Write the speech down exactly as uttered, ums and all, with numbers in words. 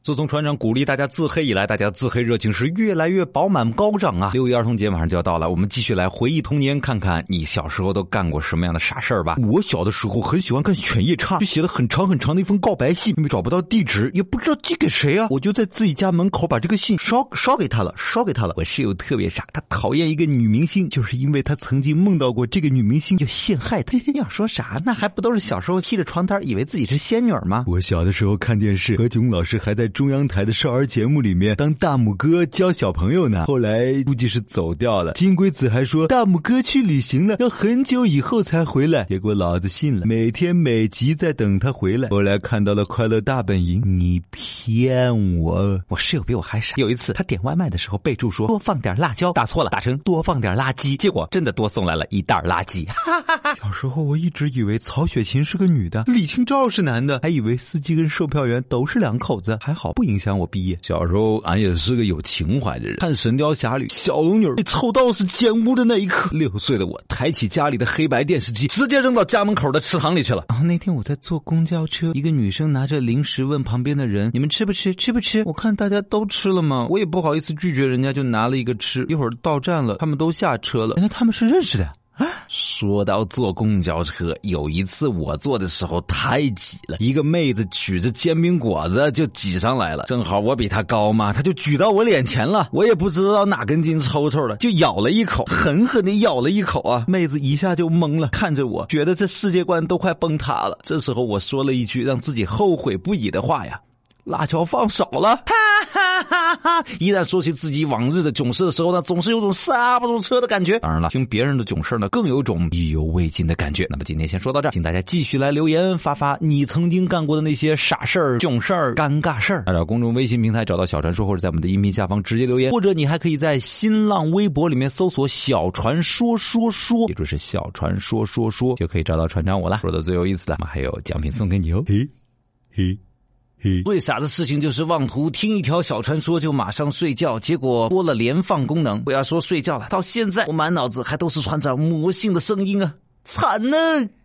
自从船长鼓励大家自黑以来，大家自黑热情是越来越饱满高涨啊！六一儿童节马上就要到了，我们继续来回忆童年，看看你小时候都干过什么样的傻事儿吧。我小的时候很喜欢看犬夜叉，就写了很长很长的一封告白信，因为找不到地址，也不知道寄给谁啊，我就在自己家门口把这个信烧烧给他了，烧给他了。我室友特别傻，他讨厌一个女明星，就是因为他曾经梦到过这个女明星要陷害他。你要说啥？那还不都是小时候踢着床单以为自己是仙女吗？我小的时候看电视，何炅老师还在中央台的少儿节目里面当大拇哥教小朋友呢，后来估计是走掉了。金龟子还说大拇哥去旅行了，要很久以后才回来，结果老子信了，每天每集在等他回来。后来看到了快乐大本营，你骗我！我室友比我还傻，有一次他点外卖的时候备注说多放点辣椒，打错了，打成多放点垃圾，结果真的多送来了一袋垃圾。小时候我一直以为曹雪芹是个女的，李清照是男的，还以为司机跟售票员都是两口子，还好不影响我毕业。小时候俺也是个有情怀的人，看《神雕侠侣》，小龙女被臭道士奸污的那一刻，六岁的我抬起家里的黑白电视机，直接扔到家门口的池塘里去了。然后那天我在坐公交车，一个女生拿着零食问旁边的人，你们吃不吃吃不吃？我看大家都吃了嘛，我也不好意思拒绝人家，就拿了一个吃。一会儿到站了，他们都下车了，原来他们是认识的。说到坐公交车，有一次我坐的时候太挤了，一个妹子举着煎饼果子就挤上来了，正好我比她高嘛，她就举到我脸前了，我也不知道哪根筋抽抽了，就咬了一口，狠狠地咬了一口啊！妹子一下就懵了，看着我，觉得这世界观都快崩塌了。这时候我说了一句让自己后悔不已的话呀，辣椒放少了。哈哈哈！一旦说起自己往日的囧事的时候呢，总是有种刹不住车的感觉。当然了，听别人的囧事呢，更有种意犹未尽的感觉。那么今天先说到这儿，请大家继续来留言，发发你曾经干过的那些傻事儿、囧事儿、尴尬事儿。按照公众微信平台找到小传说，或者在我们的音频下方直接留言，或者你还可以在新浪微博里面搜索小传说说说，也就是小传说说说，就可以找到船长我了。说的最有意思的，我们还有奖品送给你哦。嘿嘿最傻的事情就是妄图听一条小传说就马上睡觉，结果多了连放功能。不要说睡觉了，到现在我满脑子还都是船长魔性的声音啊，惨呢！